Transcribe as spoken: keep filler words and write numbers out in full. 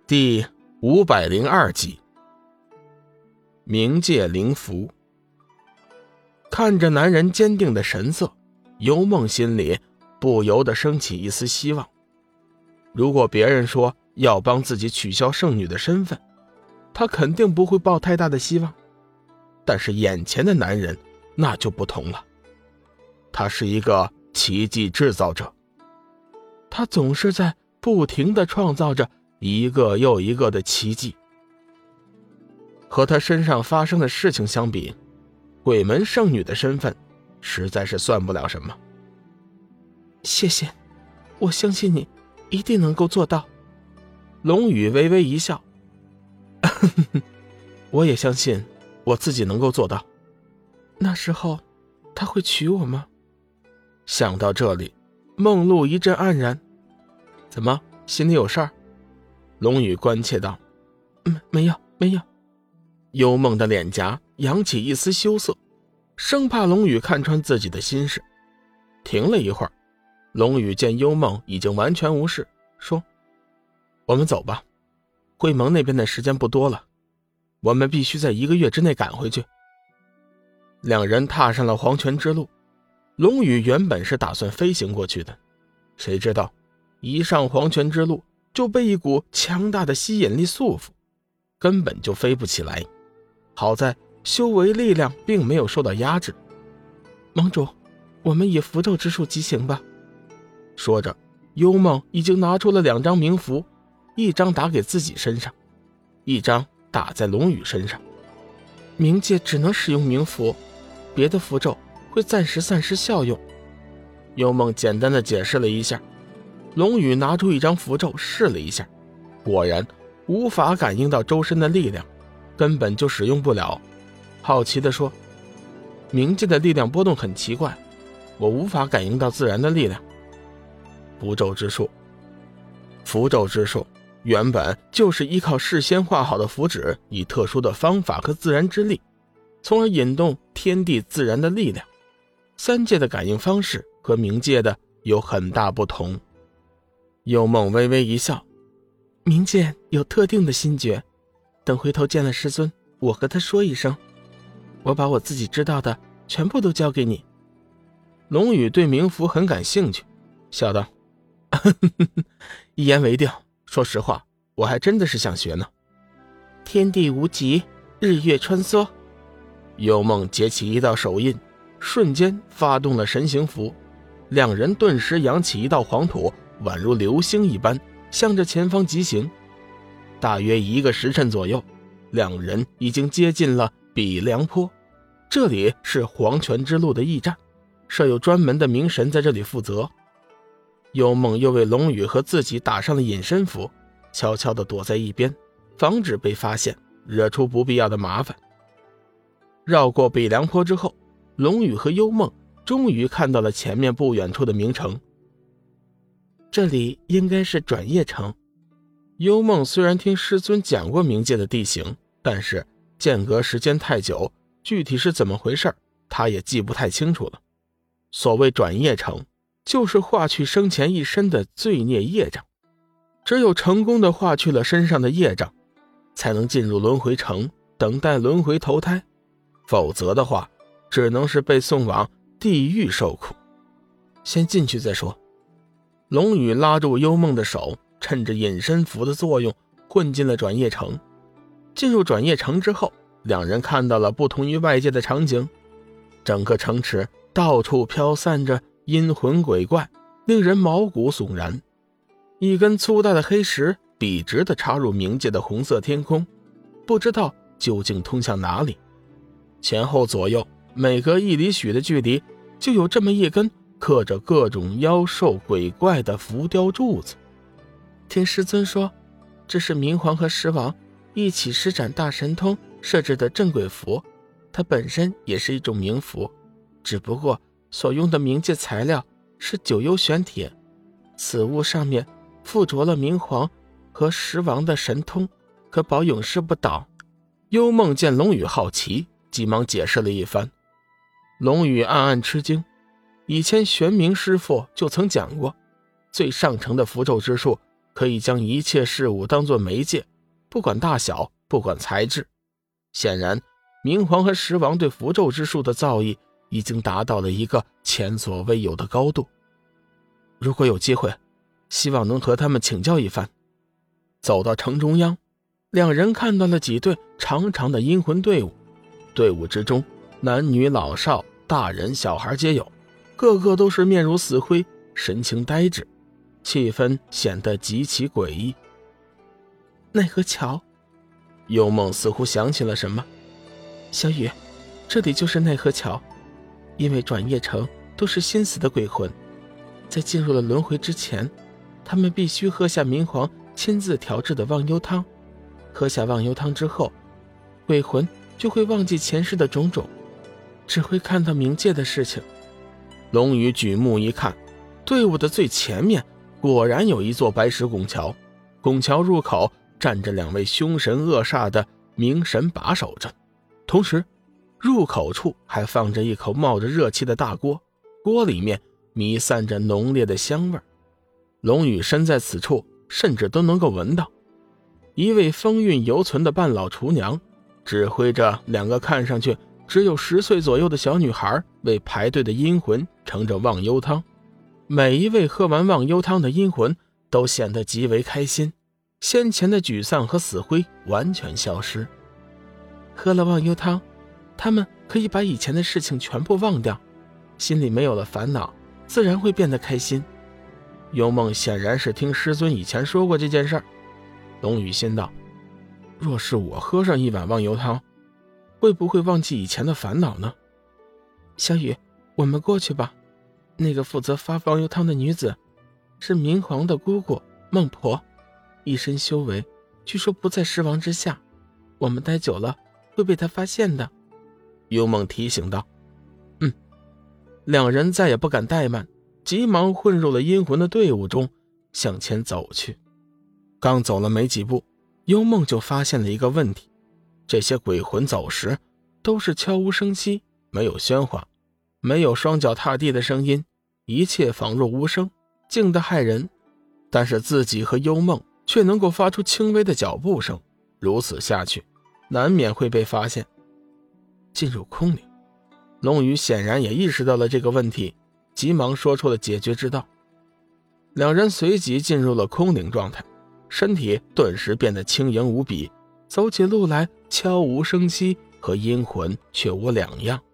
第五百零二集，冥界灵符。看着男人坚定的神色，幽梦心里不由得升起一丝希望。如果别人说要帮自己取消圣女的身份，他肯定不会抱太大的希望。但是眼前的男人那就不同了，他是一个奇迹制造者，他总是在不停地创造着一个又一个的奇迹。和他身上发生的事情相比，鬼门圣女的身份实在是算不了什么。谢谢，我相信你一定能够做到。龙宇微微一笑，我也相信我自己能够做到。那时候他会娶我吗？想到这里，梦露一阵黯然。怎么，心里有事儿？龙宇关切道。嗯，没有没有。幽梦的脸颊扬起一丝羞涩，生怕龙宇看穿自己的心事。停了一会儿，龙宇见幽梦已经完全无事，说：我们走吧，会盟那边的时间不多了，我们必须在一个月之内赶回去。两人踏上了黄泉之路。龙宇原本是打算飞行过去的，谁知道一上黄泉之路就被一股强大的吸引力束缚，根本就飞不起来。好在修为力量并没有受到压制。盟主，我们以符咒之术疾行吧。说着，幽梦已经拿出了两张冥符，一张打给自己身上，一张打在龙宇身上。冥界只能使用冥符，别的符咒会暂时丧失效用。幽梦简单的解释了一下。龙宇拿出一张符咒试了一下，果然无法感应到周身的力量，根本就使用不了。好奇地说：冥界的力量波动很奇怪，我无法感应到自然的力量。符咒之术，符咒之术原本就是依靠事先画好的符纸，以特殊的方法和自然之力，从而引动天地自然的力量。三界的感应方式和冥界的有很大不同。幽梦微微一笑，冥界有特定的心诀，等回头见了师尊，我和他说一声，我把我自己知道的全部都交给你。龙宇对冥符很感兴趣，笑道：一言为定，说实话，我还真的是想学呢。天地无极，日月穿梭。幽梦结起一道手印，瞬间发动了神行符，两人顿时扬起一道黄土，宛如流星一般向着前方疾行。大约一个时辰左右，两人已经接近了比梁坡。这里是黄泉之路的驿站，设有专门的冥神在这里负责。幽梦又为龙宇和自己打上了隐身符，悄悄地躲在一边，防止被发现，惹出不必要的麻烦。绕过比梁坡之后，龙宇和幽梦终于看到了前面不远处的冥城。这里应该是转业城。幽梦虽然听师尊讲过冥界的地形，但是间隔时间太久，具体是怎么回事他也记不太清楚了。所谓转业城，就是化去生前一身的罪孽业障，只有成功的化去了身上的业障，才能进入轮回城，等待轮回投胎，否则的话只能是被送往地狱受苦。先进去再说。龙宇拉住幽梦的手，趁着隐身符的作用混进了转业城。进入转业城之后，两人看到了不同于外界的场景。整个城池到处飘散着阴魂鬼怪，令人毛骨悚然。一根粗大的黑石笔直地插入冥界的红色天空，不知道究竟通向哪里。前后左右每隔一里许的距离，就有这么一根刻着各种妖兽鬼怪的浮雕柱子。听师尊说，这是冥皇和石王一起施展大神通设置的镇鬼符，它本身也是一种冥符，只不过所用的冥界材料是九幽玄铁，此物上面附着了冥皇和石王的神通，可保永世不倒。幽梦见龙宇好奇，急忙解释了一番。龙宇暗暗吃惊，以前玄冥师傅就曾讲过，最上乘的符咒之术可以将一切事物当作媒介，不管大小，不管材质。显然明皇和石王对符咒之术的造诣已经达到了一个前所未有的高度。如果有机会，希望能和他们请教一番。走到城中央，两人看到了几队长长的阴魂队伍，队伍之中男女老少大人小孩皆有，个个都是面如死灰，神情呆滞，气氛显得极其诡异。奈何桥，幽梦似乎想起了什么。小雨，这里就是奈何桥。因为转业城都是心死的鬼魂，在进入了轮回之前，他们必须喝下明皇亲自调制的忘忧汤。喝下忘忧汤之后，鬼魂就会忘记前世的种种，只会看到冥界的事情。龙宇举目一看，队伍的最前面果然有一座白石拱桥，拱桥入口站着两位凶神恶煞的冥神把守着，同时入口处还放着一口冒着热气的大锅，锅里面弥散着浓烈的香味。龙宇身在此处，甚至都能够闻到。一位风韵犹存的半老厨娘指挥着两个看上去只有十岁左右的小女孩为排队的阴魂盛着忘忧汤。每一位喝完忘忧汤的阴魂都显得极为开心，先前的沮丧和死灰完全消失。喝了忘忧汤，他们可以把以前的事情全部忘掉，心里没有了烦恼，自然会变得开心。幽梦显然是听师尊以前说过这件事儿。龙宇心道，若是我喝上一碗忘忧汤，会不会忘记以前的烦恼呢？小雨，我们过去吧。那个负责发忘忧汤的女子是明皇的姑姑孟婆，一身修为据说不在狮王之下，我们待久了会被她发现的。幽梦提醒道。嗯。两人再也不敢怠慢，急忙混入了阴魂的队伍中，向前走去。刚走了没几步，幽梦就发现了一个问题，这些鬼魂走时都是悄无声息，没有喧哗，没有双脚踏地的声音，一切仿若无声，静得骇人。但是自己和幽梦却能够发出轻微的脚步声，如此下去难免会被发现。进入空灵，龙宇显然也意识到了这个问题，急忙说出了解决之道。两人随即进入了空灵状态，身体顿时变得轻盈无比，走起路来悄无声息，和阴魂却无两样。